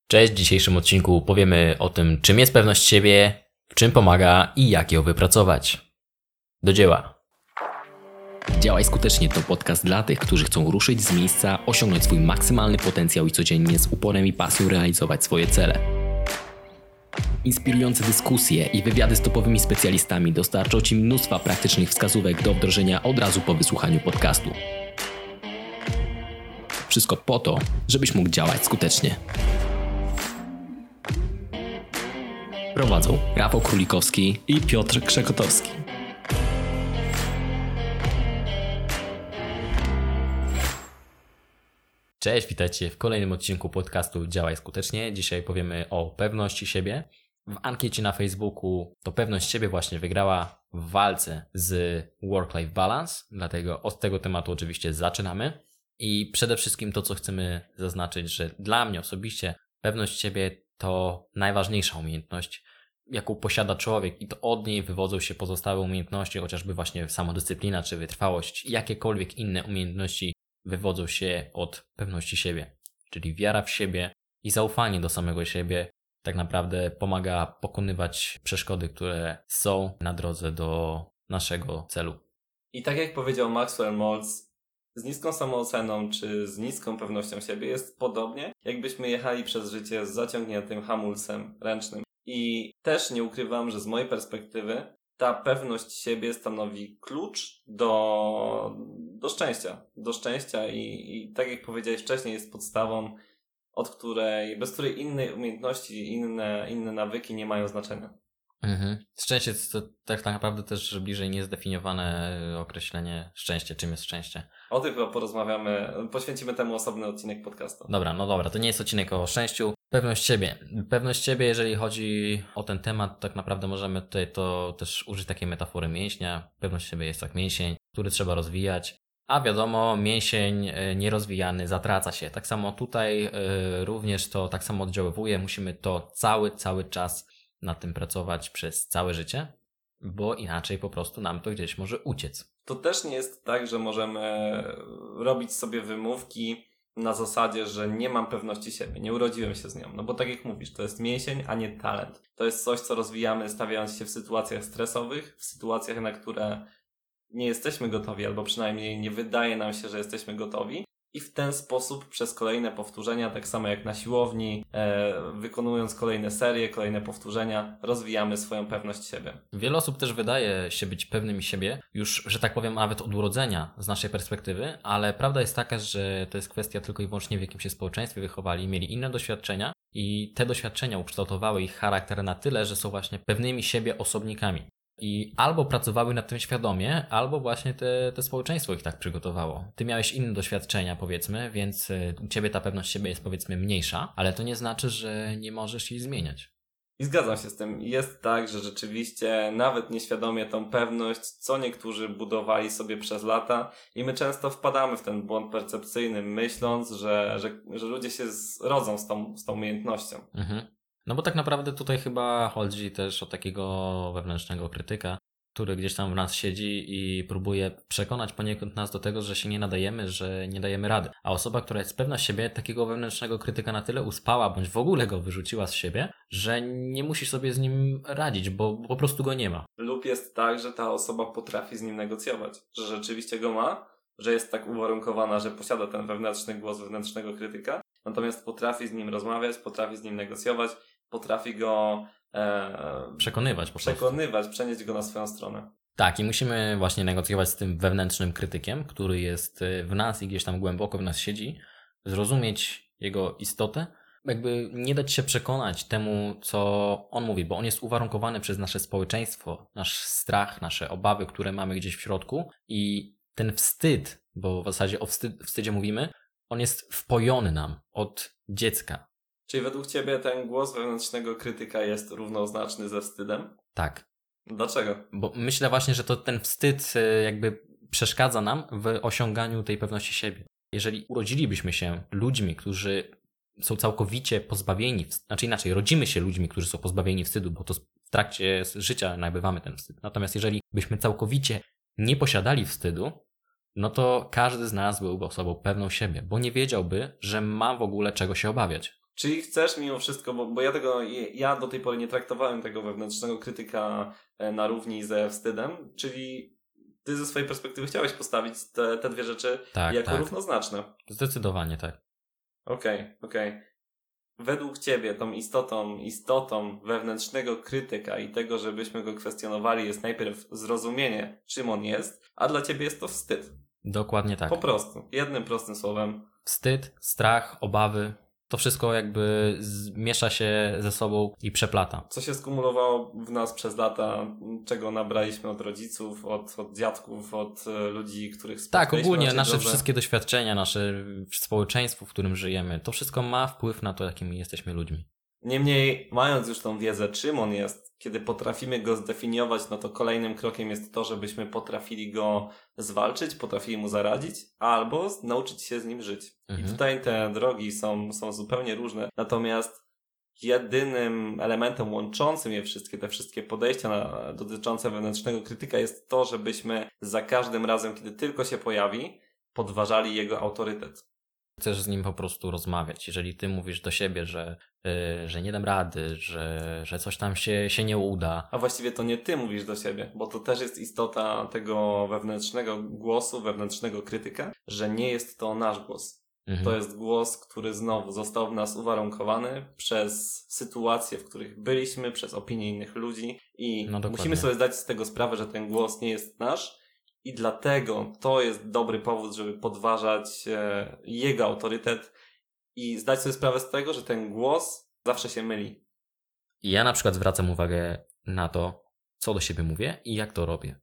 Cześć, w dzisiejszym odcinku powiemy o tym, czym jest pewność siebie, w czym pomaga i jak ją wypracować. Do dzieła! Działaj skutecznie to podcast dla tych, którzy chcą ruszyć z miejsca, osiągnąć swój maksymalny potencjał i codziennie z uporem i pasją realizować swoje cele. Inspirujące dyskusje i wywiady z topowymi specjalistami dostarczą Ci mnóstwa praktycznych wskazówek do wdrożenia od razu po wysłuchaniu podcastu. Wszystko po to, żebyś mógł działać skutecznie. Prowadzą Rafał Królikowski i Piotr Krzekotowski. Cześć, witajcie w kolejnym odcinku podcastu Działaj Skutecznie. Dzisiaj powiemy o pewności siebie. W ankiecie na Facebooku to pewność siebie właśnie wygrała w walce z Work-Life Balance, dlatego od tego tematu oczywiście zaczynamy. I przede wszystkim to, co chcemy zaznaczyć, że dla mnie osobiście pewność siebie to najważniejsza umiejętność, jaką posiada człowiek i to od niej wywodzą się pozostałe umiejętności, chociażby właśnie samodyscyplina czy wytrwałość, jakiekolwiek inne umiejętności wywodzą się od pewności siebie, czyli wiara w siebie i zaufanie do samego siebie tak naprawdę pomaga pokonywać przeszkody, które są na drodze do naszego celu. I tak jak powiedział Maxwell Maltz, z niską samooceną czy z niską pewnością siebie jest podobnie, jakbyśmy jechali przez życie z zaciągniętym hamulcem ręcznym. I też nie ukrywam, że z mojej perspektywy ta pewność siebie stanowi klucz do szczęścia. Do szczęścia i tak jak powiedziałeś wcześniej, jest podstawą, bez której inne umiejętności, inne nawyki nie mają znaczenia. Szczęście to tak naprawdę też bliżej niezdefiniowane określenie szczęście. Czym jest szczęście? O tym chyba porozmawiamy, poświęcimy temu osobny odcinek podcastu. Dobra, to nie jest odcinek o szczęściu. Pewność siebie. Pewność siebie, jeżeli chodzi o ten temat, tak naprawdę możemy tutaj to też użyć takiej metafory mięśnia. Pewność siebie jest jak mięsień, który trzeba rozwijać. A wiadomo, mięsień nierozwijany zatraca się. Tak samo tutaj również to tak samo oddziaływuje. Musimy to cały czas nad tym pracować przez całe życie, bo inaczej po prostu nam to gdzieś może uciec. To też nie jest tak, że możemy robić sobie wymówki na zasadzie, że nie mam pewności siebie, nie urodziłem się z nią. No bo tak jak mówisz, to jest mięsień, a nie talent. To jest coś, co rozwijamy stawiając się w sytuacjach stresowych, w sytuacjach, na które nie jesteśmy gotowi, albo przynajmniej nie wydaje nam się, że jesteśmy gotowi. I w ten sposób przez kolejne powtórzenia, tak samo jak na siłowni, wykonując kolejne serie, kolejne powtórzenia, rozwijamy swoją pewność siebie. Wiele osób też wydaje się być pewnymi siebie, już, że tak powiem, nawet od urodzenia z naszej perspektywy, ale prawda jest taka, że to jest kwestia tylko i wyłącznie w jakim się społeczeństwie wychowali, mieli inne doświadczenia i te doświadczenia ukształtowały ich charakter na tyle, że są właśnie pewnymi siebie osobnikami. I albo pracowały nad tym świadomie, albo właśnie te społeczeństwo ich tak przygotowało. Ty miałeś inne doświadczenia, powiedzmy, więc u ciebie ta pewność siebie jest, powiedzmy, mniejsza, ale to nie znaczy, że nie możesz jej zmieniać. I zgadzam się z tym. Jest tak, że rzeczywiście nawet nieświadomie tą pewność, co niektórzy budowali sobie przez lata i my często wpadamy w ten błąd percepcyjny, myśląc, że ludzie się rodzą z tą umiejętnością. No bo tak naprawdę tutaj chyba chodzi też o takiego wewnętrznego krytyka, który gdzieś tam w nas siedzi i próbuje przekonać poniekąd nas do tego, że się nie nadajemy, że nie dajemy rady. A osoba, która jest pewna siebie, takiego wewnętrznego krytyka na tyle uspała, bądź w ogóle go wyrzuciła z siebie, że nie musi sobie z nim radzić, bo po prostu go nie ma. Lub jest tak, że ta osoba potrafi z nim negocjować, że rzeczywiście go ma, że jest tak uwarunkowana, że posiada ten wewnętrzny głos wewnętrznego krytyka, natomiast potrafi z nim rozmawiać, potrafi z nim negocjować, potrafi go przekonywać, przenieść go na swoją stronę. Tak, i musimy właśnie negocjować z tym wewnętrznym krytykiem, który jest w nas i gdzieś tam głęboko w nas siedzi, zrozumieć jego istotę, jakby nie dać się przekonać temu, co on mówi, bo on jest uwarunkowany przez nasze społeczeństwo, nasz strach, nasze obawy, które mamy gdzieś w środku i ten wstyd, bo w zasadzie o wstydzie mówimy, on jest wpojony nam od dziecka. Czyli według Ciebie ten głos wewnętrznego krytyka jest równoznaczny ze wstydem? Tak. Dlaczego? Bo myślę właśnie, że to ten wstyd jakby przeszkadza nam w osiąganiu tej pewności siebie. Jeżeli urodzilibyśmy się ludźmi, którzy są całkowicie pozbawieni, znaczy inaczej, rodzimy się ludźmi, którzy są pozbawieni wstydu, bo to w trakcie życia nabywamy ten wstyd. Natomiast jeżeli byśmy całkowicie nie posiadali wstydu, no to każdy z nas byłby osobą pewną siebie, bo nie wiedziałby, że ma w ogóle czego się obawiać. Czyli chcesz mimo wszystko, bo ja do tej pory nie traktowałem tego wewnętrznego krytyka na równi ze wstydem, czyli ty ze swojej perspektywy chciałeś postawić te dwie rzeczy jako równoznaczne. Zdecydowanie tak. Okej. Według ciebie tą istotą wewnętrznego krytyka i tego, żebyśmy go kwestionowali, jest najpierw zrozumienie, czym on jest, a dla ciebie jest to wstyd. Dokładnie tak. Po prostu. Jednym prostym słowem. Wstyd, strach, obawy. To wszystko jakby miesza się ze sobą i przeplata. Co się skumulowało w nas przez lata, czego nabraliśmy od rodziców, od dziadków, od ludzi, których spotkaliśmy. Tak, ogólnie nasze drodze. wszystkie doświadczenia, nasze społeczeństwo, w którym żyjemy, to wszystko ma wpływ na to, jakimi jesteśmy ludźmi. Niemniej, mając już tą wiedzę, czym on jest, kiedy potrafimy go zdefiniować, no to kolejnym krokiem jest to, żebyśmy potrafili go zwalczyć, potrafili mu zaradzić, albo nauczyć się z nim żyć. I tutaj te drogi są zupełnie różne. Natomiast jedynym elementem łączącym je wszystkie, te wszystkie podejścia dotyczące wewnętrznego krytyka jest to, żebyśmy za każdym razem, kiedy tylko się pojawi, podważali jego autorytet. Chcesz z nim po prostu rozmawiać. Jeżeli ty mówisz do siebie, że nie dam rady, że coś tam się nie uda. A właściwie to nie ty mówisz do siebie, bo to też jest istota tego wewnętrznego głosu, wewnętrznego krytyka, że nie jest to nasz głos. To jest głos, który znowu został w nas uwarunkowany przez sytuacje, w których byliśmy, przez opinie innych ludzi i musimy sobie zdać z tego sprawę, że ten głos nie jest nasz i dlatego to jest dobry powód, żeby podważać jego autorytet i zdać sobie sprawę z tego, że ten głos zawsze się myli. Ja na przykład zwracam uwagę na to, co do siebie mówię i jak to robię,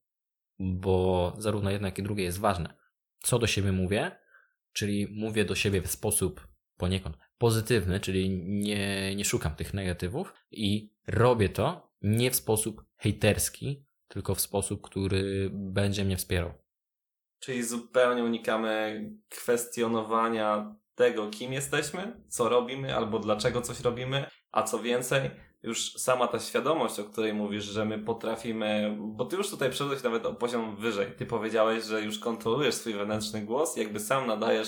bo zarówno jedno, jak i drugie jest ważne. Co do siebie mówię, czyli mówię do siebie w sposób poniekąd pozytywny, czyli nie szukam tych negatywów i robię to nie w sposób hejterski, tylko w sposób, który będzie mnie wspierał. Czyli zupełnie unikamy kwestionowania tego, kim jesteśmy, co robimy albo dlaczego coś robimy, a co więcej, już sama ta świadomość, o której mówisz, że my potrafimy, bo ty już tutaj przeszedłeś nawet o poziom wyżej. Ty powiedziałeś, że już kontrolujesz swój wewnętrzny głos i jakby sam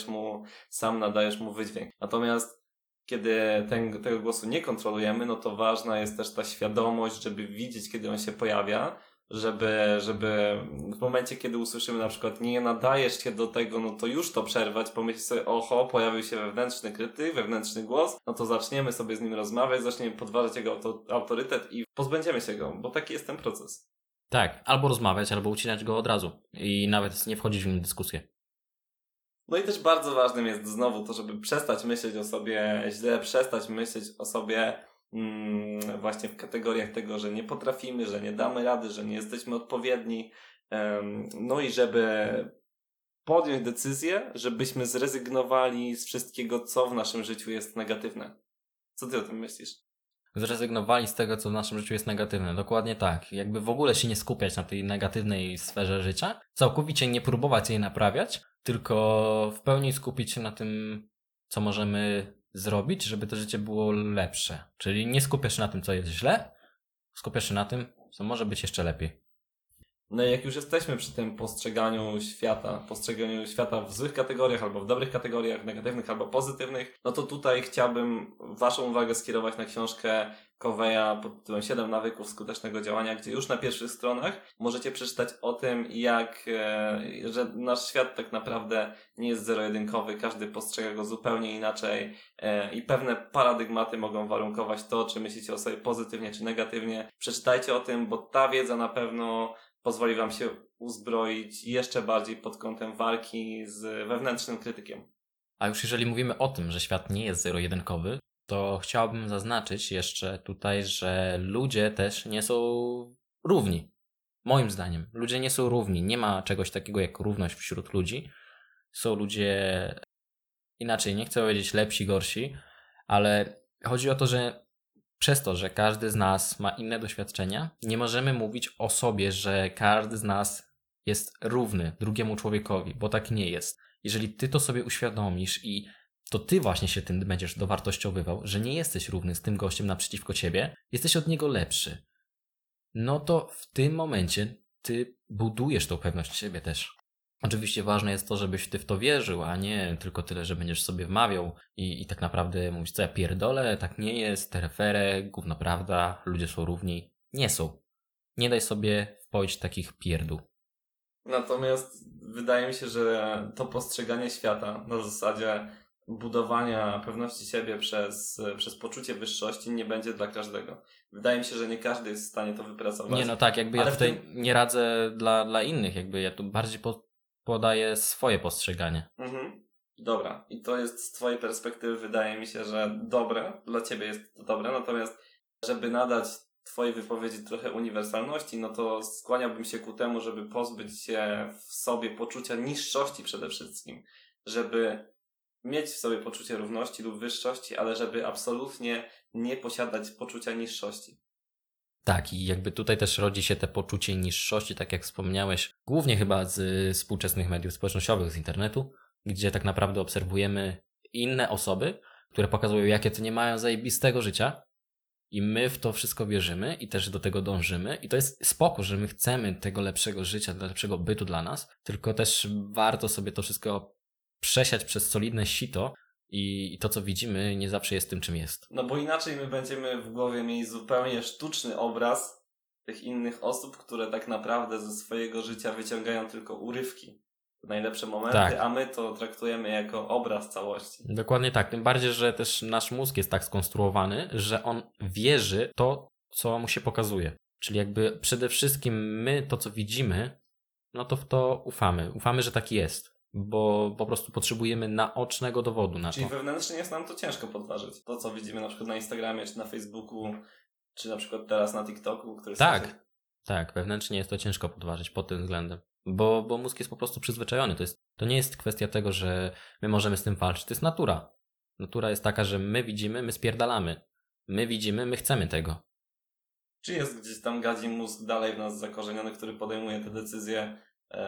nadajesz mu wydźwięk. Natomiast kiedy tego głosu nie kontrolujemy, no to ważna jest też ta świadomość, żeby widzieć, kiedy on się pojawia, żeby w momencie, kiedy usłyszymy na przykład nie nadajesz się do tego, no to już to przerwać, pomyśleć sobie, oho, pojawił się wewnętrzny krytyk, wewnętrzny głos, no to zaczniemy sobie z nim rozmawiać, zaczniemy podważać jego autorytet i pozbędziemy się go, bo taki jest ten proces. Tak, albo rozmawiać, albo ucinać go od razu i nawet nie wchodzić w nim dyskusję. No i też bardzo ważnym jest znowu to, żeby przestać myśleć o sobie źle, przestać myśleć o sobie właśnie w kategoriach tego, że nie potrafimy, że nie damy rady, że nie jesteśmy odpowiedni. No i żeby podjąć decyzję, żebyśmy zrezygnowali z wszystkiego, co w naszym życiu jest negatywne. Co ty o tym myślisz? Zrezygnowali z tego, co w naszym życiu jest negatywne. Dokładnie tak. Jakby w ogóle się nie skupiać na tej negatywnej sferze życia, całkowicie nie próbować jej naprawiać, tylko w pełni skupić się na tym, co możemy zrobić, żeby to życie było lepsze. Czyli nie skupiasz się na tym, co jest źle, skupiasz się na tym, co może być jeszcze lepiej. No i jak już jesteśmy przy tym postrzeganiu świata w złych kategoriach albo w dobrych kategoriach, negatywnych albo pozytywnych, no to tutaj chciałbym waszą uwagę skierować na książkę Coveya pod tytułem 7 nawyków skutecznego działania, gdzie już na pierwszych stronach możecie przeczytać o tym, że nasz świat tak naprawdę nie jest zero-jedynkowy, każdy postrzega go zupełnie inaczej i pewne paradygmaty mogą warunkować to, czy myślicie o sobie pozytywnie, czy negatywnie. Przeczytajcie o tym, bo ta wiedza na pewno pozwoli wam się uzbroić jeszcze bardziej pod kątem walki z wewnętrznym krytykiem. A już jeżeli mówimy o tym, że świat nie jest zero-jedynkowy, to chciałbym zaznaczyć jeszcze tutaj, że ludzie też nie są równi. Moim zdaniem, ludzie nie są równi. Nie ma czegoś takiego jak równość wśród ludzi. Są ludzie inaczej, nie chcę powiedzieć lepsi, gorsi, ale chodzi o to, że przez to, że każdy z nas ma inne doświadczenia, nie możemy mówić o sobie, że każdy z nas jest równy drugiemu człowiekowi, bo tak nie jest. Jeżeli ty to sobie uświadomisz i to ty właśnie się tym będziesz dowartościowywał, że nie jesteś równy z tym gościem naprzeciwko ciebie, jesteś od niego lepszy, no to w tym momencie ty budujesz tą pewność siebie też. Oczywiście ważne jest to, żebyś ty w to wierzył, a nie tylko tyle, że będziesz sobie wmawiał i tak naprawdę mówisz, co ja pierdolę, tak nie jest, terefere, gówno prawda, ludzie są równi. Nie są. Nie daj sobie wpoić takich pierdół. Natomiast wydaje mi się, że to postrzeganie świata na zasadzie budowania pewności siebie przez poczucie wyższości nie będzie dla każdego. Wydaje mi się, że nie każdy jest w stanie to wypracować. Nie, no tak, jakby ja Ale tutaj nie radzę dla innych, jakby ja tu bardziej podaję swoje postrzeganie. Dobra. I to jest z twojej perspektywy, wydaje mi się, że dobre. Dla ciebie jest to dobre. Natomiast żeby nadać twojej wypowiedzi trochę uniwersalności, no to skłaniałbym się ku temu, żeby pozbyć się w sobie poczucia niższości przede wszystkim. Żeby mieć w sobie poczucie równości lub wyższości, ale żeby absolutnie nie posiadać poczucia niższości. Tak, i jakby tutaj też rodzi się te poczucie niższości, tak jak wspomniałeś, głównie chyba z współczesnych mediów społecznościowych, z internetu, gdzie tak naprawdę obserwujemy inne osoby, które pokazują, jakie to nie mają zajebistego życia i my w to wszystko wierzymy i też do tego dążymy i to jest spoko, że my chcemy tego lepszego życia, lepszego bytu dla nas, tylko też warto sobie to wszystko przesiać przez solidne sito i to, co widzimy, nie zawsze jest tym, czym jest. No bo inaczej my będziemy w głowie mieli zupełnie sztuczny obraz tych innych osób, które tak naprawdę ze swojego życia wyciągają tylko urywki, najlepsze momenty, Tak. a my to traktujemy jako obraz całości. Dokładnie tak, tym bardziej, że też nasz mózg jest tak skonstruowany, że on wierzy to, co mu się pokazuje. Czyli jakby przede wszystkim my to, co widzimy, no to w to ufamy. Ufamy, że tak jest, bo po prostu potrzebujemy naocznego dowodu na Czyli to. wewnętrznie jest nam to ciężko podważyć. To, co widzimy na przykład na Instagramie, czy na Facebooku, czy na przykład teraz na TikToku, który Tak, wewnętrznie jest to ciężko podważyć pod tym względem, bo mózg jest po prostu przyzwyczajony. To nie jest kwestia tego, że my możemy z tym walczyć, to jest natura. Natura jest taka, że my widzimy, my spierdalamy. My widzimy, my chcemy tego. Czy jest gdzieś tam gadzi mózg dalej w nas zakorzeniony, który podejmuje te decyzje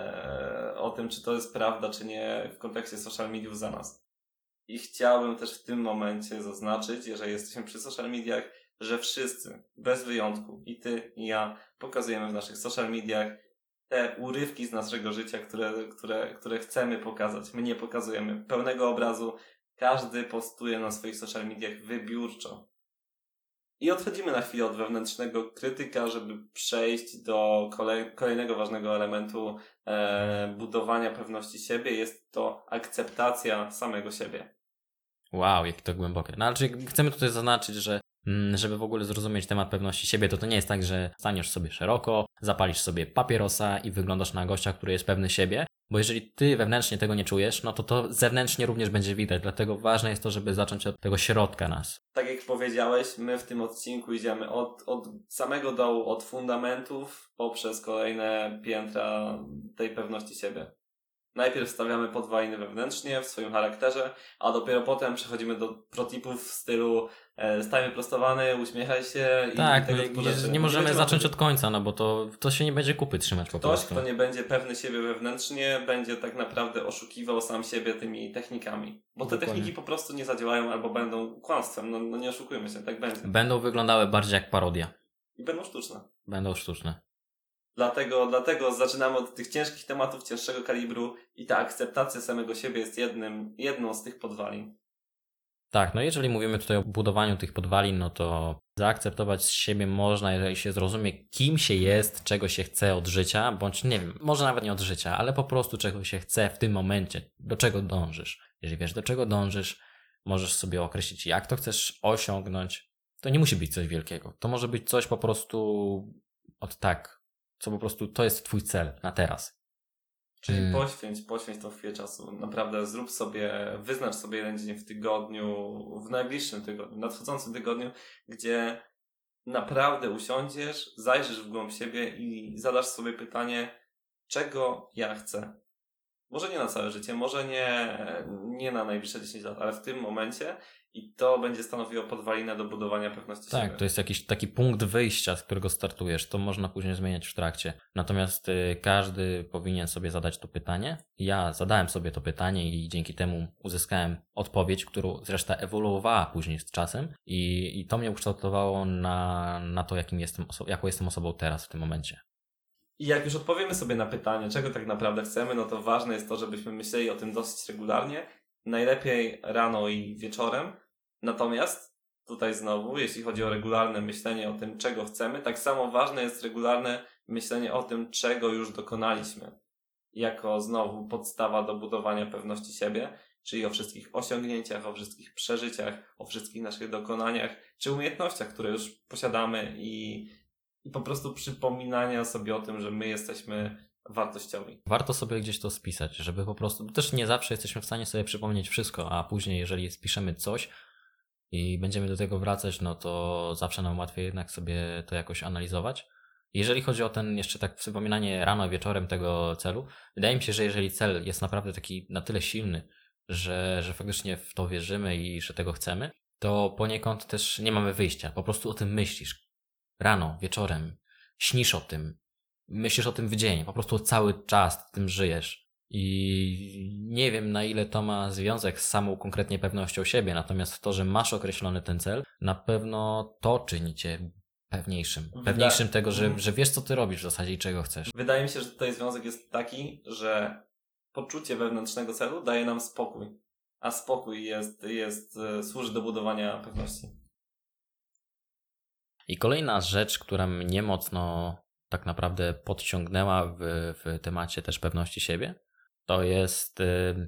o tym, czy to jest prawda, czy nie w kontekście social mediów za nas. I chciałbym też w tym momencie zaznaczyć, jeżeli jesteśmy przy social mediach, że wszyscy, bez wyjątku, i ty, i ja, pokazujemy w naszych social mediach te urywki z naszego życia, które chcemy pokazać. My nie pokazujemy pełnego obrazu. Każdy postuje na swoich social mediach wybiórczo. I odchodzimy na chwilę od wewnętrznego krytyka, żeby przejść do kolejnego ważnego elementu budowania pewności siebie. Jest to akceptacja samego siebie. Wow, jakie to głębokie. No ale czy chcemy tutaj zaznaczyć, że żeby w ogóle zrozumieć temat pewności siebie, to nie jest tak, że staniesz sobie szeroko, zapalisz sobie papierosa i wyglądasz na gościa, który jest pewny siebie, bo jeżeli ty wewnętrznie tego nie czujesz, no to zewnętrznie również będzie widać, dlatego ważne jest to, żeby zacząć od tego środka nas. Tak jak powiedziałeś, my w tym odcinku idziemy od samego dołu, od fundamentów poprzez kolejne piętra tej pewności siebie. Najpierw stawiamy podwaliny wewnętrznie w swoim charakterze, a dopiero potem przechodzimy do protipów w stylu staj wyprostowany, uśmiechaj się tak, i tego typu rzeczy. nie możemy zacząć od końca, no bo to się nie będzie kupy trzymać po prostu. Ktoś, kto nie będzie pewny siebie wewnętrznie, będzie tak naprawdę oszukiwał sam siebie tymi technikami. Bo te techniki po prostu nie zadziałają albo będą kłamstwem. No nie oszukujmy się, tak będzie. Będą wyglądały bardziej jak parodia. I będą sztuczne. Będą sztuczne. Dlatego zaczynamy od tych ciężkich tematów, cięższego kalibru i ta akceptacja samego siebie jest jedną z tych podwalin. Tak, no jeżeli mówimy tutaj o budowaniu tych podwalin, no to zaakceptować siebie można, jeżeli się zrozumie, kim się jest, czego się chce od życia, bądź nie wiem, może nawet nie od życia, ale po prostu czego się chce w tym momencie, do czego dążysz. Jeżeli wiesz, do czego dążysz, możesz sobie określić, jak to chcesz osiągnąć. To nie musi być coś wielkiego. To może być coś po prostu co po prostu to jest twój cel na teraz. Czyli poświęć tą chwilę czasu. Naprawdę wyznacz sobie jeden dzień w tygodniu, w najbliższym tygodniu, w nadchodzącym tygodniu, gdzie naprawdę usiądziesz, zajrzysz w głąb siebie i zadasz sobie pytanie, czego ja chcę. Może nie na całe życie, może nie na najbliższe 10 lat, ale w tym momencie i to będzie stanowiło podwalinę do budowania pewności siebie. Tak, to jest jakiś taki punkt wyjścia, z którego startujesz. To można później zmieniać w trakcie. Natomiast każdy powinien sobie zadać to pytanie. Ja zadałem sobie to pytanie i dzięki temu uzyskałem odpowiedź, którą zresztą ewoluowała później z czasem i to mnie ukształtowało na to, jaką jestem osobą teraz w tym momencie. I jak już odpowiemy sobie na pytanie, czego tak naprawdę chcemy, no to ważne jest to, żebyśmy myśleli o tym dosyć regularnie, najlepiej rano i wieczorem. Natomiast tutaj znowu, jeśli chodzi o regularne myślenie o tym, czego chcemy, tak samo ważne jest regularne myślenie o tym, czego już dokonaliśmy. Jako znowu podstawa do budowania pewności siebie, czyli o wszystkich osiągnięciach, o wszystkich przeżyciach, o wszystkich naszych dokonaniach, czy umiejętnościach, które już posiadamy i po prostu przypominania sobie o tym, że my jesteśmy wartościowi. Warto sobie gdzieś to spisać, żeby po prostu, bo też nie zawsze jesteśmy w stanie sobie przypomnieć wszystko, a później jeżeli spiszemy coś i będziemy do tego wracać, no to zawsze nam łatwiej jednak sobie to jakoś analizować. Jeżeli chodzi o ten jeszcze tak przypominanie rano, wieczorem tego celu, wydaje mi się, że jeżeli cel jest naprawdę taki na tyle silny, że faktycznie w to wierzymy i że tego chcemy, to poniekąd też nie mamy wyjścia. Po prostu o tym myślisz. Rano, wieczorem, śnisz o tym, myślisz o tym w dzień, po prostu cały czas tym żyjesz. I nie wiem, na ile to ma związek z samą konkretnie pewnością siebie, natomiast to, że masz określony ten cel, na pewno to czyni cię pewniejszym. Pewniejszym tego, że wiesz, co ty robisz w zasadzie i czego chcesz. Wydaje mi się, że tutaj związek jest taki, że poczucie wewnętrznego celu daje nam spokój, a spokój służy do budowania pewności. I kolejna rzecz, która mnie mocno tak naprawdę podciągnęła w temacie też pewności siebie, to jest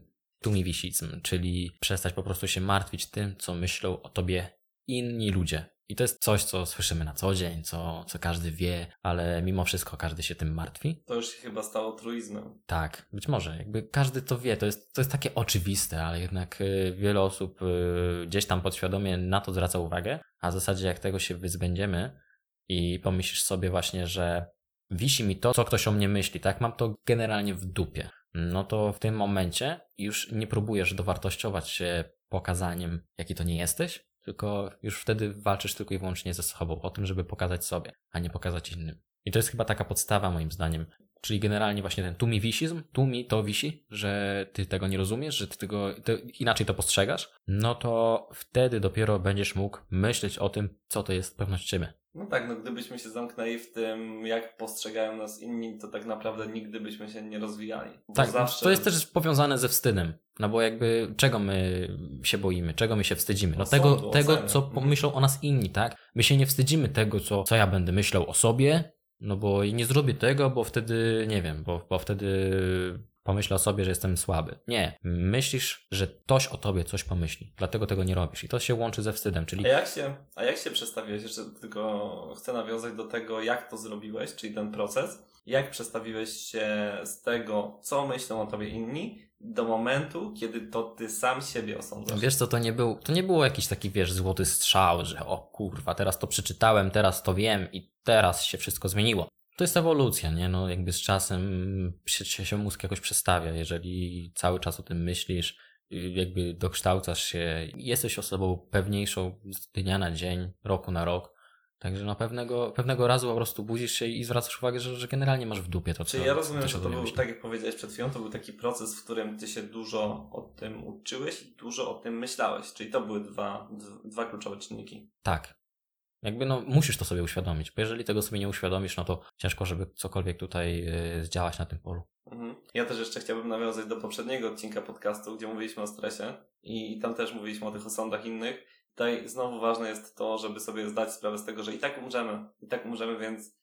tumiwisizm, czyli przestać po prostu się martwić tym, co myślą o tobie inni ludzie. I to jest coś, co słyszymy na co dzień, co każdy wie, ale mimo wszystko każdy się tym martwi. To już się chyba stało truizmem. Tak, być może. Jakby każdy to wie, to jest takie oczywiste, ale jednak wiele osób gdzieś tam podświadomie na to zwraca uwagę, a w zasadzie jak tego się wyzbędziemy i pomyślisz sobie właśnie, że wisi mi to, co ktoś o mnie myśli, tak? Mam to generalnie w dupie. No to w tym momencie już nie próbujesz dowartościować się pokazaniem, jaki to nie jesteś, tylko już wtedy walczysz tylko i wyłącznie ze sobą o tym, żeby pokazać sobie, a nie pokazać innym. I to jest chyba taka podstawa moim zdaniem. Czyli generalnie właśnie ten tumiwisizm, tumi to wisi, że ty tego nie rozumiesz, że ty inaczej to postrzegasz, no to wtedy dopiero będziesz mógł myśleć o tym, co to jest pewność siebie. No tak, no gdybyśmy się zamknęli w tym, jak postrzegają nas inni, to tak naprawdę nigdy byśmy się nie rozwijali. Tak, to jest też powiązane ze wstydem. No bo jakby czego my się boimy, czego my się wstydzimy? No tego, co pomyślą o nas inni, tak? My się nie wstydzimy tego, co ja będę myślał o sobie, no bo nie zrobię tego, bo wtedy, nie wiem, bo wtedy pomyślę o sobie, że jestem słaby. Nie. Myślisz, że ktoś o tobie coś pomyśli, dlatego tego nie robisz. I to się łączy ze wstydem, czyli... A jak się przestawiłeś? Jeszcze tylko chcę nawiązać do tego, jak to zrobiłeś, czyli ten proces. Jak przestawiłeś się z tego, co myślą o tobie inni, do momentu, kiedy to ty sam siebie osądzasz? Wiesz co, to nie było jakiś taki, wiesz, złoty strzał, że o kurwa, teraz to przeczytałem, teraz to wiem i teraz się wszystko zmieniło. To jest ewolucja, nie? No jakby z czasem się mózg jakoś przestawia, jeżeli cały czas o tym myślisz, jakby dokształcasz się, jesteś osobą pewniejszą z dnia na dzień, roku na rok. Także no pewnego razu po prostu budzisz się i zwracasz uwagę, że generalnie masz w dupie to, co... Czyli ja rozumiem, że to był, tak jak powiedziałeś przed chwilą, to był taki proces, w którym ty się dużo o tym uczyłeś i dużo o tym myślałeś. Czyli to były dwa kluczowe czynniki. Tak. Jakby no musisz to sobie uświadomić, bo jeżeli tego sobie nie uświadomisz, no to ciężko, żeby cokolwiek tutaj zdziałać na tym polu. Ja też jeszcze chciałbym nawiązać do poprzedniego odcinka podcastu, gdzie mówiliśmy o stresie i tam też mówiliśmy o tych osądach innych. Tutaj znowu ważne jest to, żeby sobie zdać sprawę z tego, że i tak umrzemy, więc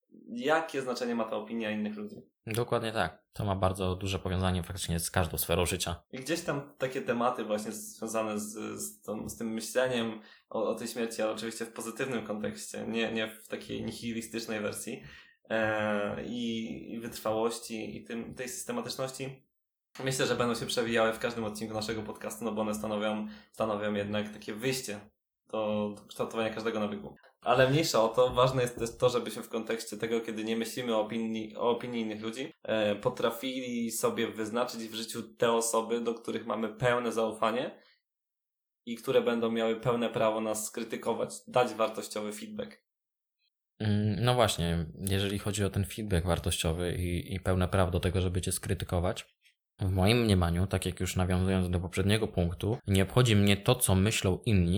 jakie znaczenie ma ta opinia innych ludzi? Dokładnie tak. To ma bardzo duże powiązanie faktycznie z każdą sferą życia. I gdzieś tam takie tematy właśnie związane z tym myśleniem o tej śmierci, ale oczywiście w pozytywnym kontekście, nie w takiej nihilistycznej wersji i wytrwałości i tej systematyczności. Myślę, że będą się przewijały w każdym odcinku naszego podcastu, no bo one stanowią jednak takie wyjście do kształtowania każdego nawyku. Ale mniejsza o to, ważne jest też to, żebyśmy w kontekście tego, kiedy nie myślimy o opinii innych ludzi, potrafili sobie wyznaczyć w życiu te osoby, do których mamy pełne zaufanie i które będą miały pełne prawo nas skrytykować, dać wartościowy feedback. No właśnie, jeżeli chodzi o ten feedback wartościowy i pełne prawo do tego, żeby cię skrytykować, w moim mniemaniu, tak jak już nawiązując do poprzedniego punktu, nie obchodzi mnie to, co myślą inni,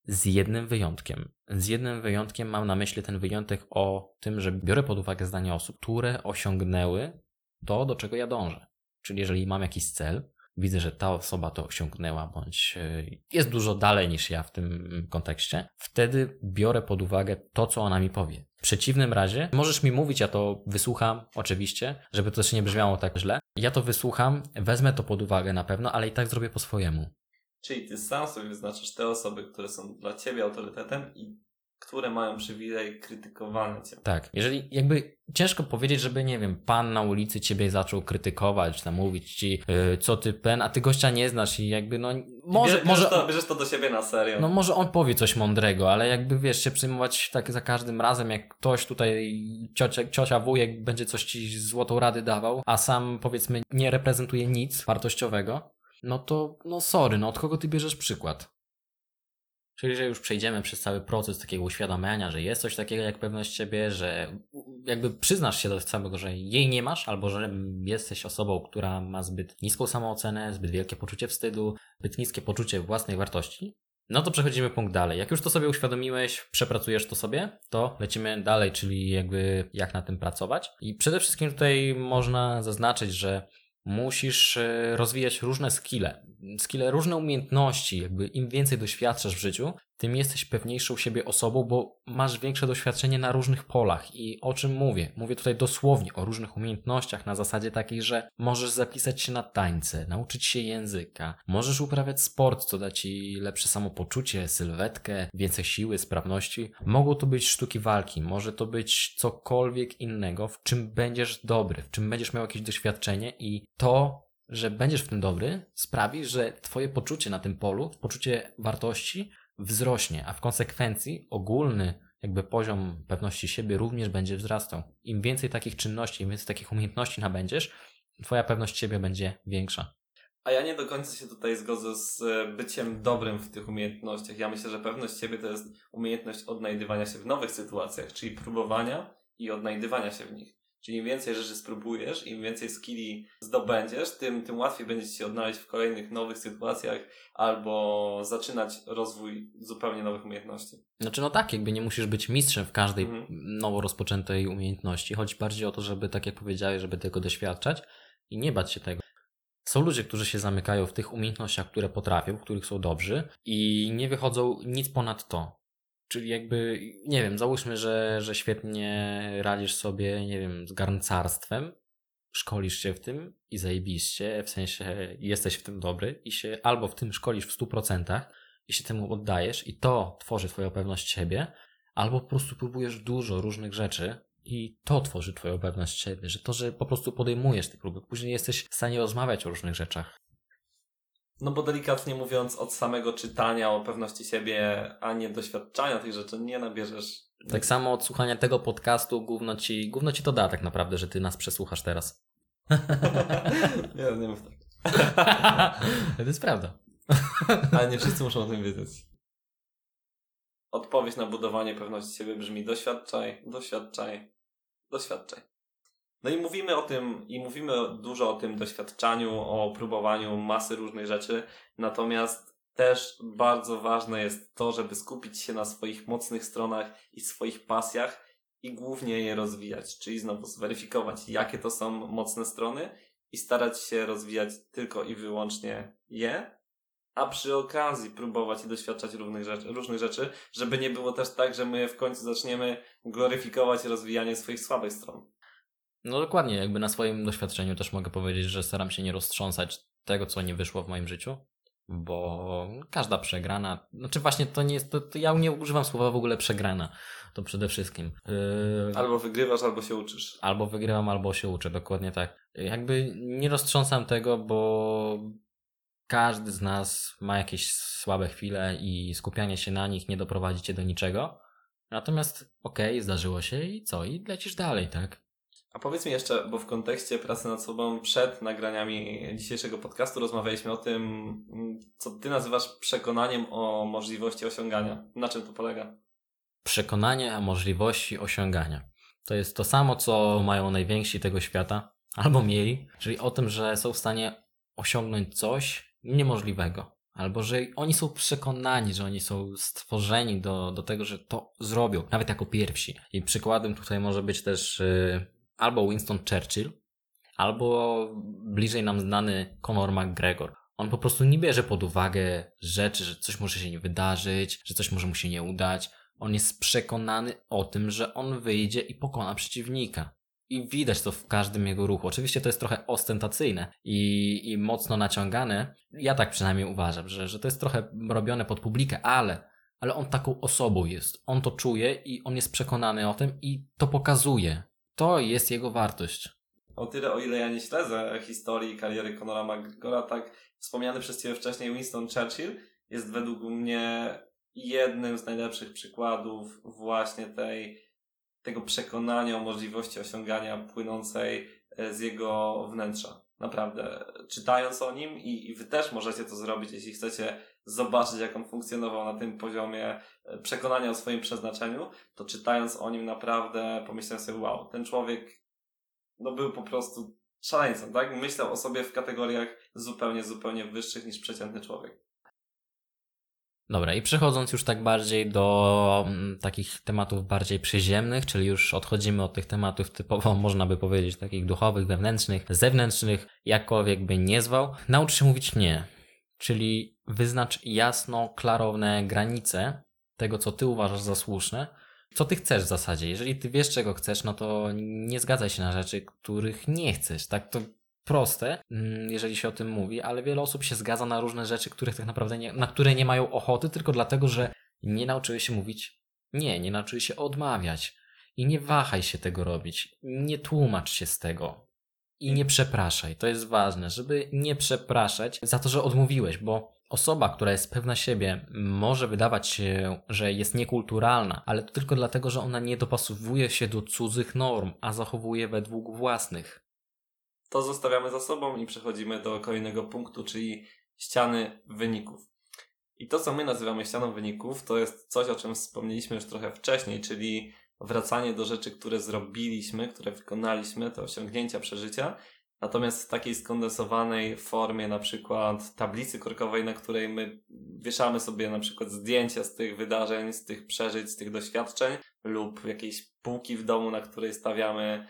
z jednym wyjątkiem. Z jednym wyjątkiem mam na myśli ten wyjątek o tym, że biorę pod uwagę zdanie osób, które osiągnęły to, do czego ja dążę. Czyli jeżeli mam jakiś cel, widzę, że ta osoba to osiągnęła, bądź jest dużo dalej niż ja w tym kontekście, wtedy biorę pod uwagę to, co ona mi powie. W przeciwnym razie możesz mi mówić, ja to wysłucham, oczywiście, żeby to też nie brzmiało tak źle. Ja to wysłucham, wezmę to pod uwagę na pewno, ale i tak zrobię po swojemu. Czyli ty sam sobie wyznaczasz te osoby, które są dla ciebie autorytetem i które mają przywilej krytykowania cię. Tak, jeżeli jakby ciężko powiedzieć, żeby, nie wiem, pan na ulicy ciebie zaczął krytykować, tam mówić ci, co ty a ty gościa nie znasz i jakby no Bierzesz to do siebie na serio. No może on powie coś mądrego, ale jakby wiesz, się przejmować tak za każdym razem, jak ktoś tutaj, ciocia, wujek będzie coś ci złotą rady dawał, a sam powiedzmy nie reprezentuje nic wartościowego, no to no sorry, no od kogo ty bierzesz przykład? Czyli, że już przejdziemy przez cały proces takiego uświadamiania, że jest coś takiego jak pewność siebie, że jakby przyznasz się do samego, że jej nie masz, albo że jesteś osobą, która ma zbyt niską samoocenę, zbyt wielkie poczucie wstydu, zbyt niskie poczucie własnej wartości, no to przechodzimy punkt dalej. Jak już to sobie uświadomiłeś, przepracujesz to sobie, to lecimy dalej, czyli jakby jak na tym pracować. I przede wszystkim tutaj można zaznaczyć, że musisz rozwijać różne skille, różne umiejętności, jakby im więcej doświadczasz w życiu, tym jesteś pewniejszą siebie osobą, bo masz większe doświadczenie na różnych polach. I o czym mówię? Mówię tutaj dosłownie o różnych umiejętnościach na zasadzie takiej, że możesz zapisać się na tańce, nauczyć się języka, możesz uprawiać sport, co da ci lepsze samopoczucie, sylwetkę, więcej siły, sprawności. Mogą to być sztuki walki, może to być cokolwiek innego, w czym będziesz dobry, w czym będziesz miał jakieś doświadczenie i to, że będziesz w tym dobry, sprawi, że twoje poczucie na tym polu, poczucie wartości wzrośnie, a w konsekwencji ogólny jakby poziom pewności siebie również będzie wzrastał. Im więcej takich czynności, im więcej takich umiejętności nabędziesz, twoja pewność siebie będzie większa. A ja nie do końca się tutaj zgodzę z byciem dobrym w tych umiejętnościach. Ja myślę, że pewność siebie to jest umiejętność odnajdywania się w nowych sytuacjach, czyli próbowania i odnajdywania się w nich. Czyli im więcej rzeczy spróbujesz, im więcej skilli zdobędziesz, tym łatwiej będzie ci się odnaleźć w kolejnych nowych sytuacjach albo zaczynać rozwój zupełnie nowych umiejętności. Znaczy no tak, jakby nie musisz być mistrzem w każdej nowo rozpoczętej umiejętności. Chodzi bardziej o to, żeby, tak jak powiedziałeś, żeby tego doświadczać i nie bać się tego. Są ludzie, którzy się zamykają w tych umiejętnościach, które potrafią, w których są dobrzy i nie wychodzą nic ponad to. Czyli jakby, nie wiem, załóżmy, że świetnie radzisz sobie, nie wiem, z garncarstwem, szkolisz się w tym i zajebiście, w sensie jesteś w tym dobry i się albo w tym szkolisz w 100% i się temu oddajesz i to tworzy twoją pewność siebie, albo po prostu próbujesz dużo różnych rzeczy i to tworzy twoją pewność siebie, że to, że po prostu podejmujesz te próby, później jesteś w stanie rozmawiać o różnych rzeczach. No bo delikatnie mówiąc, od samego czytania o pewności siebie, a nie doświadczania tych rzeczy nie nabierzesz. Tak samo od słuchania tego podcastu gówno ci to da tak naprawdę, że ty nas przesłuchasz teraz. Nie mów tak. To jest prawda. Ale nie wszyscy muszą o tym wiedzieć. Odpowiedź na budowanie pewności siebie brzmi doświadczaj. No i mówimy o tym, i mówimy dużo o tym doświadczaniu, o próbowaniu masy różnych rzeczy, natomiast też bardzo ważne jest to, żeby skupić się na swoich mocnych stronach i swoich pasjach i głównie je rozwijać, czyli znowu zweryfikować, jakie to są mocne strony i starać się rozwijać tylko i wyłącznie je, a przy okazji próbować i doświadczać różnych rzeczy, żeby nie było też tak, że my w końcu zaczniemy gloryfikować rozwijanie swoich słabych stron. No dokładnie, jakby na swoim doświadczeniu też mogę powiedzieć, że staram się nie roztrząsać tego, co nie wyszło w moim życiu, bo każda przegrana, znaczy właśnie to nie jest, to ja nie używam słowa w ogóle przegrana, to przede wszystkim. Albo wygrywasz, albo się uczysz. Albo wygrywam, albo się uczę, dokładnie tak. Jakby nie roztrząsam tego, bo każdy z nas ma jakieś słabe chwile i skupianie się na nich nie doprowadzi cię do niczego. Natomiast okej, zdarzyło się i co? I lecisz dalej, tak? A powiedz mi jeszcze, bo w kontekście pracy nad sobą przed nagraniami dzisiejszego podcastu rozmawialiśmy o tym, co ty nazywasz przekonaniem o możliwości osiągania. Na czym to polega? Przekonanie o możliwości osiągania. To jest to samo, co mają najwięksi tego świata, albo mieli, czyli o tym, że są w stanie osiągnąć coś niemożliwego. albo że oni są przekonani, że oni są stworzeni do tego, że to zrobią, nawet jako pierwsi. I przykładem tutaj może być też albo Winston Churchill, albo bliżej nam znany Conor McGregor. On po prostu nie bierze pod uwagę rzeczy, że coś może się nie wydarzyć, że coś może mu się nie udać. On jest przekonany o tym, że on wyjdzie i pokona przeciwnika. I widać to w każdym jego ruchu. Oczywiście to jest trochę ostentacyjne i mocno naciągane. Ja tak przynajmniej uważam, że to jest trochę robione pod publikę, ale on taką osobą jest. On to czuje i on jest przekonany o tym i to pokazuje. To jest jego wartość. O tyle, o ile ja nie śledzę historii i kariery Conora McGregora, tak wspomniany przez Ciebie wcześniej Winston Churchill jest według mnie jednym z najlepszych przykładów właśnie tego przekonania o możliwości osiągania płynącej z jego wnętrza. Naprawdę. Czytając o nim i wy też możecie to zrobić, jeśli chcecie zobaczyć, jak on funkcjonował na tym poziomie przekonania o swoim przeznaczeniu, to czytając o nim naprawdę pomyślałem sobie, wow, ten człowiek był po prostu szaleńcem, tak? Myślał o sobie w kategoriach zupełnie wyższych niż przeciętny człowiek. Dobra, i przechodząc już tak bardziej do takich tematów bardziej przyziemnych, czyli już odchodzimy od tych tematów typowo, można by powiedzieć, takich duchowych, wewnętrznych, zewnętrznych, jakkolwiek by nie zwał, naucz się mówić nie. Czyli wyznacz jasno, klarowne granice tego, co ty uważasz za słuszne, co ty chcesz w zasadzie. Jeżeli ty wiesz, czego chcesz, no to nie zgadzaj się na rzeczy, których nie chcesz. Tak to proste, jeżeli się o tym mówi, ale wiele osób się zgadza na różne rzeczy, których tak naprawdę na które nie mają ochoty, tylko dlatego, że nie nauczyły się mówić nie nauczyły się odmawiać. I nie wahaj się tego robić. Nie tłumacz się z tego. I nie przepraszaj. To jest ważne, żeby nie przepraszać za to, że odmówiłeś, bo osoba, która jest pewna siebie, może wydawać się, że jest niekulturalna, ale to tylko dlatego, że ona nie dopasowuje się do cudzych norm, a zachowuje według własnych. To zostawiamy za sobą i przechodzimy do kolejnego punktu, czyli ściany wyników. I to, co my nazywamy ścianą wyników, to jest coś, o czym wspomnieliśmy już trochę wcześniej, czyli wracanie do rzeczy, które zrobiliśmy, które wykonaliśmy, te osiągnięcia, przeżycia, natomiast w takiej skondensowanej formie, na przykład tablicy korkowej, na której my wieszamy sobie na przykład zdjęcia z tych wydarzeń, z tych przeżyć, z tych doświadczeń, lub jakieś półki w domu, na której stawiamy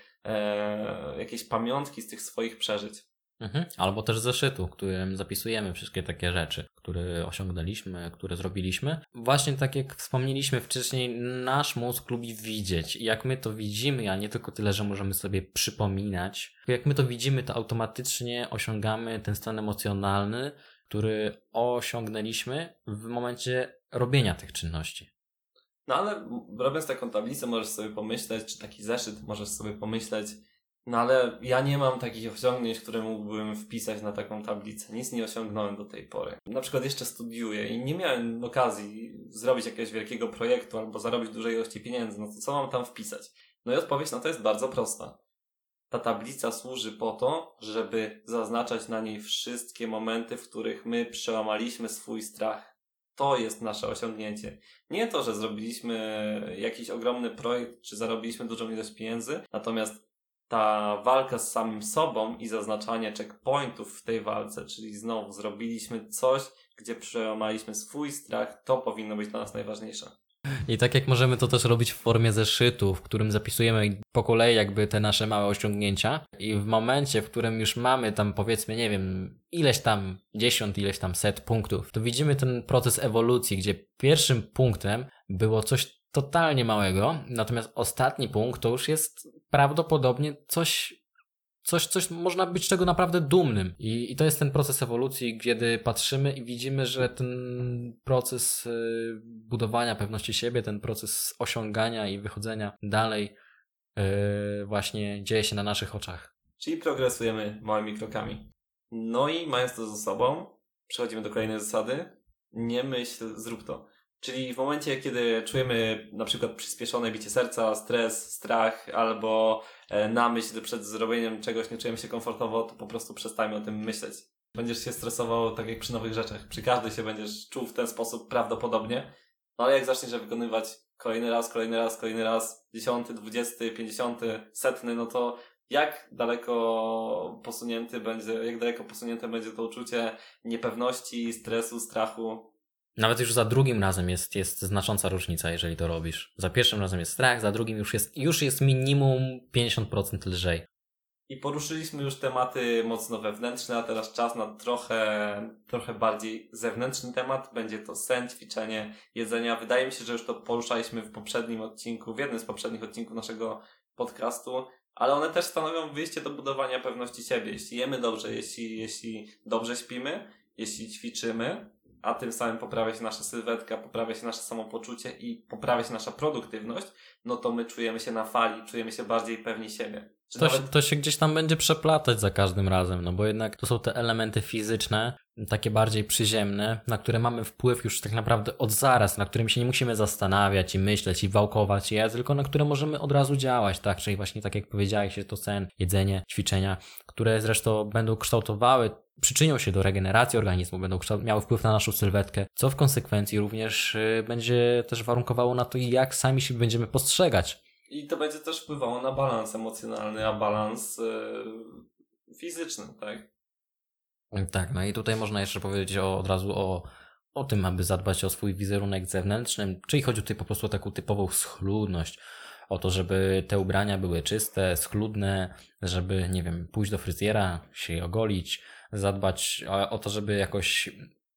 jakieś pamiątki z tych swoich przeżyć. Albo też zeszytu, w którym zapisujemy wszystkie takie rzeczy, które osiągnęliśmy, które zrobiliśmy. Właśnie tak jak wspomnieliśmy wcześniej, nasz mózg lubi widzieć. I jak my to widzimy, a nie tylko tyle, że możemy sobie przypominać, jak my to widzimy, to automatycznie osiągamy ten stan emocjonalny, który osiągnęliśmy w momencie robienia tych czynności. No ale robiąc taką tablicę możesz sobie pomyśleć, czy taki zeszyt możesz sobie pomyśleć, no ale ja nie mam takich osiągnięć, które mógłbym wpisać na taką tablicę. Nic nie osiągnąłem do tej pory. Na przykład jeszcze studiuję i nie miałem okazji zrobić jakiegoś wielkiego projektu albo zarobić dużej ilości pieniędzy. No to co mam tam wpisać? No i odpowiedź na to jest bardzo prosta. Ta tablica służy po to, żeby zaznaczać na niej wszystkie momenty, w których my przełamaliśmy swój strach. To jest nasze osiągnięcie. Nie to, że zrobiliśmy jakiś ogromny projekt, czy zarobiliśmy dużą ilość pieniędzy, natomiast ta walka z samym sobą i zaznaczanie checkpointów w tej walce, czyli znowu zrobiliśmy coś, gdzie przełamaliśmy swój strach, to powinno być dla nas najważniejsze. I tak jak możemy to też robić w formie zeszytu, w którym zapisujemy po kolei jakby te nasze małe osiągnięcia i w momencie, w którym już mamy tam powiedzmy, nie wiem, ileś tam 10, ileś tam set punktów, to widzimy ten proces ewolucji, gdzie pierwszym punktem było coś totalnie małego, natomiast ostatni punkt to już jest prawdopodobnie coś można być czego naprawdę dumnym. I to jest ten proces ewolucji, kiedy patrzymy i widzimy, że ten proces budowania pewności siebie, ten proces osiągania i wychodzenia dalej właśnie dzieje się na naszych oczach. Czyli progresujemy małymi krokami. No i mając to ze sobą, przechodzimy do kolejnej zasady. Nie myśl, zrób to. Czyli w momencie, kiedy czujemy na przykład przyspieszone bicie serca, stres, strach albo na myśl przed zrobieniem czegoś nie czujemy się komfortowo, to po prostu przestańmy o tym myśleć. Będziesz się stresował tak jak przy nowych rzeczach. Przy każdej się będziesz czuł w ten sposób prawdopodobnie. No ale jak zaczniesz je wykonywać kolejny raz, 10., 20., 50., 100, no to jak daleko posunięte będzie to uczucie niepewności, stresu, strachu. Nawet już za drugim razem jest znacząca różnica, jeżeli to robisz. Za pierwszym razem jest strach, za drugim już jest minimum 50% lżej. I poruszyliśmy już tematy mocno wewnętrzne, a teraz czas na trochę bardziej zewnętrzny temat. Będzie to sen, ćwiczenie, jedzenia. Wydaje mi się, że już to poruszaliśmy w jednym z poprzednich odcinków naszego podcastu, ale one też stanowią wyjście do budowania pewności siebie. Jeśli jemy dobrze, jeśli dobrze śpimy, jeśli ćwiczymy, a tym samym poprawia się nasza sylwetka, poprawia się nasze samopoczucie i poprawia się nasza produktywność, no to my czujemy się na fali, czujemy się bardziej pewni siebie. To się gdzieś tam będzie przeplatać za każdym razem, no bo jednak to są te elementy fizyczne, takie bardziej przyziemne, na które mamy wpływ już tak naprawdę od zaraz, na którym się nie musimy zastanawiać i myśleć i wałkować tylko na które możemy od razu działać, tak? Czyli właśnie tak jak powiedziałeś, jest to sen, jedzenie, ćwiczenia, które zresztą będą przyczynią się do regeneracji organizmu, będą miały wpływ na naszą sylwetkę, co w konsekwencji również będzie też warunkowało na to, jak sami się będziemy postrzegać. I to będzie też wpływało na balans emocjonalny, a balans fizyczny, tak? Tak, no i tutaj można jeszcze powiedzieć od razu o tym, aby zadbać o swój wizerunek zewnętrzny, czyli chodzi tutaj po prostu o taką typową schludność, o to, żeby te ubrania były czyste, schludne, żeby, nie wiem, pójść do fryzjera, się ogolić, zadbać o to, żeby jakoś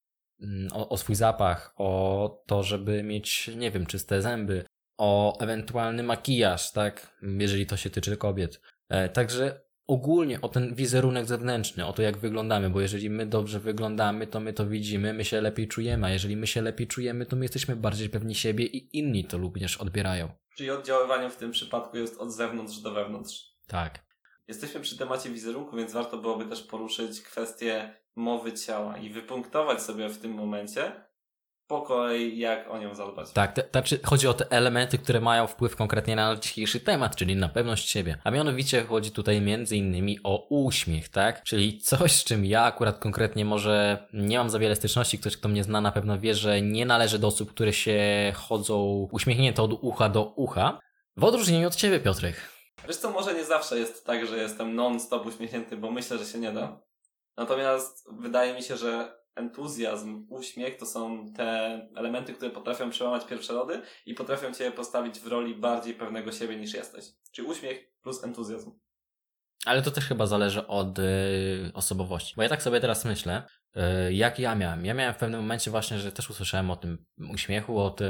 o swój zapach, o to, żeby mieć, nie wiem, czyste zęby, o ewentualny makijaż, tak, jeżeli to się tyczy kobiet. Także ogólnie o ten wizerunek zewnętrzny, o to jak wyglądamy, bo jeżeli my dobrze wyglądamy, to my to widzimy, my się lepiej czujemy, a jeżeli my się lepiej czujemy, to my jesteśmy bardziej pewni siebie i inni to również odbierają. Czyli oddziaływanie w tym przypadku jest od zewnątrz do wewnątrz. Tak. Jesteśmy przy temacie wizerunku, więc warto byłoby też poruszyć kwestię mowy ciała i wypunktować sobie w tym momencie po kolei, jak o nią zadbać. Tak, chodzi o te elementy, które mają wpływ konkretnie na dzisiejszy temat, czyli na pewność siebie. A mianowicie chodzi tutaj między innymi o uśmiech, tak? Czyli coś, z czym ja akurat konkretnie może nie mam za wiele styczności. Ktoś, kto mnie zna, na pewno wie, że nie należy do osób, które się chodzą uśmiechnięte od ucha do ucha. W odróżnieniu od ciebie, Piotrek. Wiesz co, może nie zawsze jest tak, że jestem non-stop uśmiechnięty, bo myślę, że się nie da. Natomiast wydaje mi się, że entuzjazm, uśmiech to są te elementy, które potrafią przełamać pierwsze lody i potrafią cię postawić w roli bardziej pewnego siebie niż jesteś. Czyli uśmiech plus entuzjazm. Ale to też chyba zależy od osobowości. Bo ja tak sobie teraz myślę, jak ja miałem. Ja miałem w pewnym momencie właśnie, że też usłyszałem o tym uśmiechu, o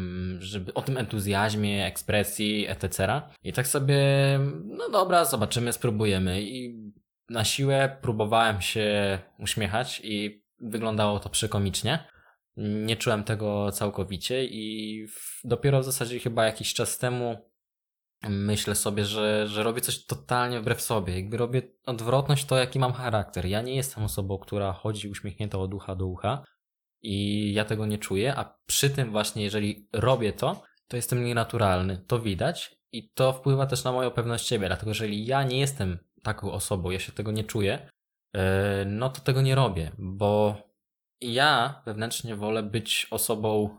tym entuzjazmie, ekspresji, etc. I tak sobie, no dobra, zobaczymy, spróbujemy. I na siłę próbowałem się uśmiechać i wyglądało to przekomicznie. Nie czułem tego całkowicie i dopiero w zasadzie chyba jakiś czas temu myślę sobie, że robię coś totalnie wbrew sobie. Jakby robię odwrotność to, jaki mam charakter. Ja nie jestem osobą, która chodzi uśmiechnięta od ucha do ucha i ja tego nie czuję, a przy tym właśnie, jeżeli robię to jestem nienaturalny. To widać i to wpływa też na moją pewność siebie, dlatego jeżeli ja nie jestem taką osobą, ja się tego nie czuję, no to tego nie robię, bo ja wewnętrznie wolę być osobą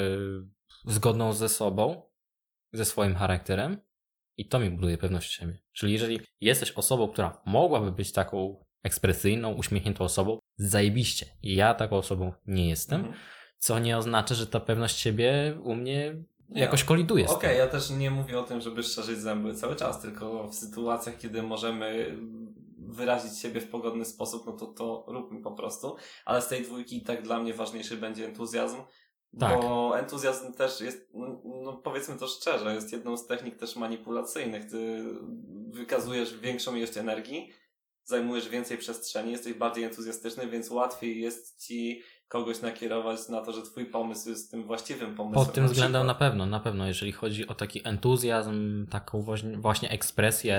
zgodną ze sobą, ze swoim charakterem i to mi buduje pewność siebie. Czyli jeżeli jesteś osobą, która mogłaby być taką ekspresyjną, uśmiechniętą osobą, zajebiście. Ja taką osobą nie jestem, co nie oznacza, że ta pewność siebie u mnie jakoś koliduje z tym. Okej, ja też nie mówię o tym, żeby szczerzyć zęby cały czas, tylko w sytuacjach, kiedy możemy wyrazić siebie w pogodny sposób, no to róbmy po prostu. Ale z tej dwójki tak dla mnie ważniejszy będzie entuzjazm. Tak. Bo entuzjazm też jest, no powiedzmy to szczerze, jest jedną z technik też manipulacyjnych. Ty wykazujesz większą ilość energii, zajmujesz więcej przestrzeni, jesteś bardziej entuzjastyczny, więc łatwiej jest ci kogoś nakierować na to, że twój pomysł jest tym właściwym pomysłem. Pod tym względem na pewno, jeżeli chodzi o taki entuzjazm, taką właśnie ekspresję.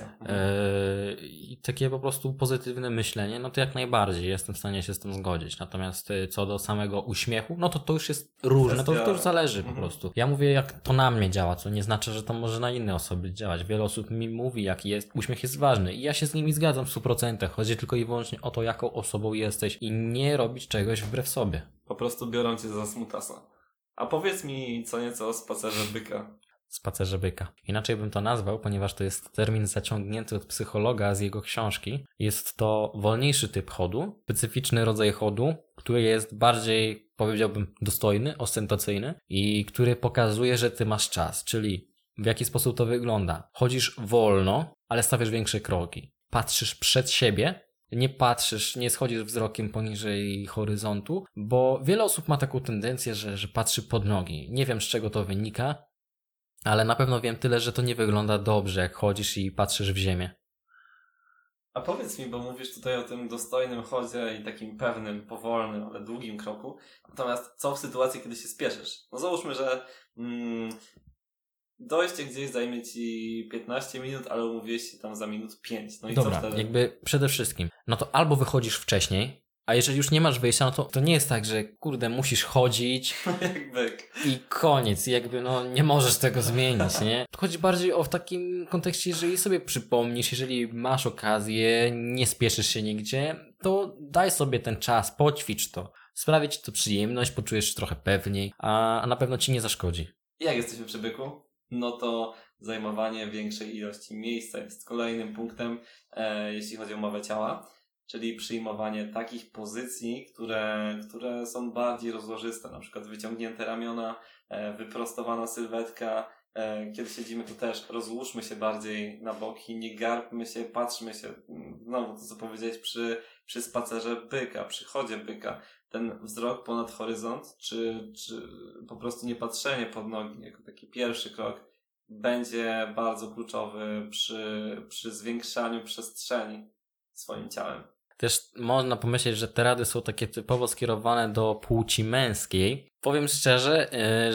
I takie po prostu pozytywne myślenie, no to jak najbardziej jestem w stanie się z tym zgodzić. Natomiast co do samego uśmiechu, no to już jest różne, to już zależy po prostu. Ja mówię, jak to na mnie działa, co nie znaczy, że to może na inne osoby działać. Wiele osób mi mówi, jaki uśmiech jest ważny i ja się z nimi zgadzam w 100%. Chodzi tylko i wyłącznie o to, jaką osobą jesteś i nie robić czegoś wbrew sobie. Po prostu biorą cię za smutasa. A powiedz mi co nieco o spacerze byka. spacerze byka. Inaczej bym to nazwał, ponieważ to jest termin zaciągnięty od psychologa z jego książki. Jest to wolniejszy typ chodu, specyficzny rodzaj chodu, który jest bardziej, powiedziałbym, dostojny, ostentacyjny i który pokazuje, że ty masz czas, czyli w jaki sposób to wygląda. Chodzisz wolno, ale stawiasz większe kroki. Patrzysz przed siebie, nie schodzisz wzrokiem poniżej horyzontu, bo wiele osób ma taką tendencję, że patrzy pod nogi. Nie wiem, z czego to wynika, ale na pewno wiem tyle, że to nie wygląda dobrze, jak chodzisz i patrzysz w ziemię. A powiedz mi, bo mówisz tutaj o tym dostojnym chodzie i takim pewnym, powolnym, ale długim kroku. Natomiast co w sytuacji, kiedy się spieszysz? No załóżmy, że dojście gdzieś zajmie ci 15 minut, ale umówiłeś się tam za minut 5. No i Dobra, co wtedy? jakby przede wszystkim, no to albo wychodzisz wcześniej, a jeżeli już nie masz wyjścia, no to nie jest tak, że kurde, musisz chodzić Jak byk. i koniec, jakby no nie możesz tego zmienić, nie? To chodzi bardziej o w takim kontekście, jeżeli sobie przypomnisz, jeżeli masz okazję, nie spieszysz się nigdzie, to daj sobie ten czas, poćwicz to. Sprawi ci to przyjemność, poczujesz się trochę pewniej, a na pewno ci nie zaszkodzi. I jak jesteśmy przy byku, no to zajmowanie większej ilości miejsca jest kolejnym punktem, jeśli chodzi o mowę ciała, czyli przyjmowanie takich pozycji, które są bardziej rozłożyste, na przykład wyciągnięte ramiona, wyprostowana sylwetka. Kiedy siedzimy, to też rozłóżmy się bardziej na boki, nie garbmy się, patrzmy się, znowu to co powiedziałeś przy spacerze byka, przy chodzie byka, ten wzrok ponad horyzont, czy po prostu nie patrzenie pod nogi jako taki pierwszy krok będzie bardzo kluczowy przy zwiększaniu przestrzeni swoim ciałem. Też można pomyśleć, że te rady są takie typowo skierowane do płci męskiej. Powiem szczerze,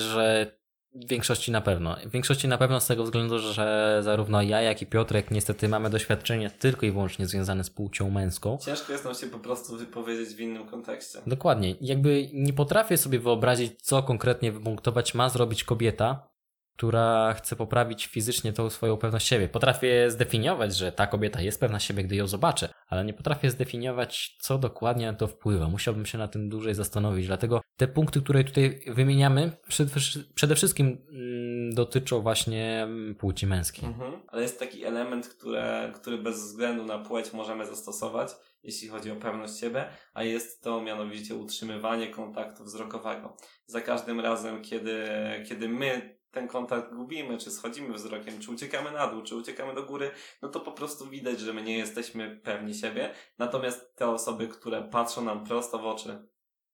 że w większości na pewno. W większości na pewno z tego względu, że zarówno ja, jak i Piotrek niestety mamy doświadczenie tylko i wyłącznie związane z płcią męską. Ciężko jest nam się po prostu wypowiedzieć w innym kontekście. Dokładnie. Jakby nie potrafię sobie wyobrazić, co konkretnie wypunktować ma zrobić kobieta, która chce poprawić fizycznie tą swoją pewność siebie. Potrafię zdefiniować, że ta kobieta jest pewna siebie, gdy ją zobaczę, ale nie potrafię zdefiniować, co dokładnie na to wpływa. Musiałbym się na tym dłużej zastanowić, dlatego te punkty, które tutaj wymieniamy, przede wszystkim dotyczą właśnie płci męskiej. Ale jest taki element, który bez względu na płeć możemy zastosować, jeśli chodzi o pewność siebie, a jest to mianowicie utrzymywanie kontaktu wzrokowego. Za każdym razem, kiedy my ten kontakt gubimy, czy schodzimy wzrokiem, czy uciekamy na dół, czy uciekamy do góry, no to po prostu widać, że my nie jesteśmy pewni siebie. Natomiast te osoby, które patrzą nam prosto w oczy,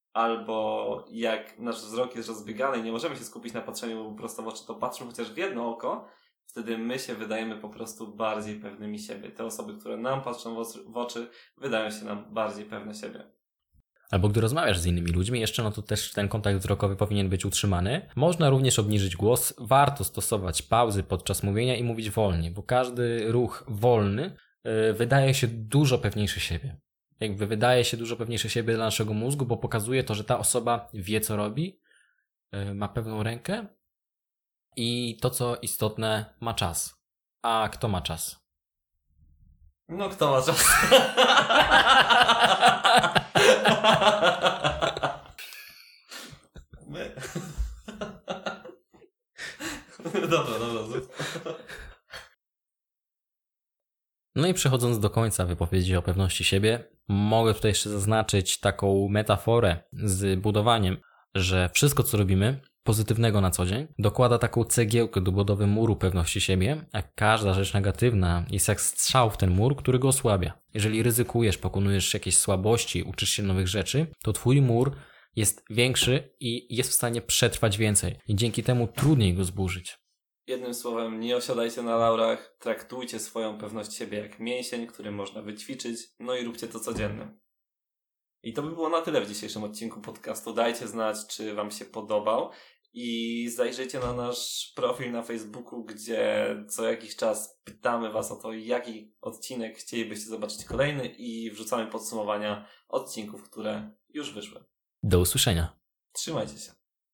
albo jak nasz wzrok jest rozbiegany i nie możemy się skupić na patrzeniu prosto w oczy, to patrzmy chociaż w jedno oko, wtedy my się wydajemy po prostu bardziej pewnymi siebie. Te osoby, które nam patrzą w oczy, wydają się nam bardziej pewne siebie. Albo gdy rozmawiasz z innymi ludźmi jeszcze, no to też ten kontakt wzrokowy powinien być utrzymany. Można również obniżyć głos. Warto stosować pauzy podczas mówienia i mówić wolniej, bo każdy ruch wolny wydaje się dużo pewniejszy siebie. Jakby wydaje się dużo pewniejszy siebie dla naszego mózgu, bo pokazuje to, że ta osoba wie, co robi, ma pewną rękę i to, co istotne, ma czas. A kto ma czas? No kto ma czas? My. Dobra. No i przechodząc do końca wypowiedzi o pewności siebie, mogę tutaj jeszcze zaznaczyć taką metaforę z budowaniem, że wszystko, co robimy pozytywnego na co dzień, dokłada taką cegiełkę do budowy muru pewności siebie, a każda rzecz negatywna jest jak strzał w ten mur, który go osłabia. Jeżeli ryzykujesz, pokonujesz jakieś słabości, uczysz się nowych rzeczy, to twój mur jest większy i jest w stanie przetrwać więcej. I dzięki temu trudniej go zburzyć. Jednym słowem, nie osiadajcie na laurach, traktujcie swoją pewność siebie jak mięsień, który można wyćwiczyć, no i róbcie to codziennie. I to by było na tyle w dzisiejszym odcinku podcastu. Dajcie znać, czy wam się podobał i zajrzyjcie na nasz profil na Facebooku, gdzie co jakiś czas pytamy was o to, jaki odcinek chcielibyście zobaczyć kolejny i wrzucamy podsumowania odcinków, które już wyszły. Do usłyszenia. Trzymajcie się.